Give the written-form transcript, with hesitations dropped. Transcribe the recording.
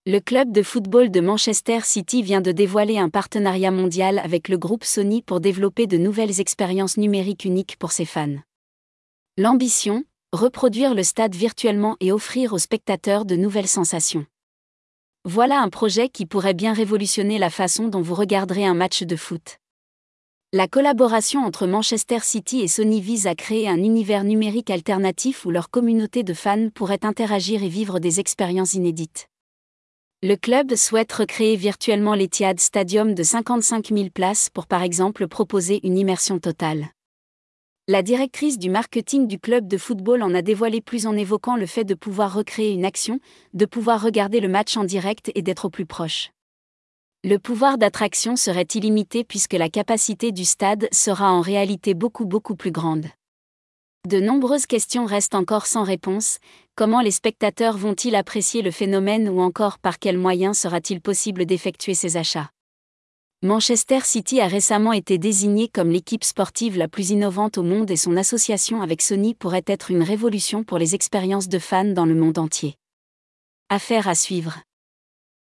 Le club de football de Manchester City vient de dévoiler un partenariat mondial avec le groupe Sony pour développer de nouvelles expériences numériques uniques pour ses fans. L'ambition, reproduire le stade virtuellement et offrir aux spectateurs de nouvelles sensations. Voilà un projet qui pourrait bien révolutionner la façon dont vous regarderez un match de foot. La collaboration entre Manchester City et Sony vise à créer un univers numérique alternatif où leur communauté de fans pourrait interagir et vivre des expériences inédites. Le club souhaite recréer virtuellement l'Etihad Stadium de 55 000 places pour par exemple proposer une immersion totale. La directrice du marketing du club de football en a dévoilé plus en évoquant le fait de pouvoir recréer une action, de pouvoir regarder le match en direct et d'être au plus proche. Le pouvoir d'attraction serait illimité puisque la capacité du stade sera en réalité beaucoup plus grande. De nombreuses questions restent encore sans réponse. Comment les spectateurs vont-ils apprécier le phénomène ou encore par quels moyens sera-t-il possible d'effectuer ces achats ? Manchester City a récemment été désignée comme l'équipe sportive la plus innovante au monde et son association avec Sony pourrait être une révolution pour les expériences de fans dans le monde entier. Affaire à suivre.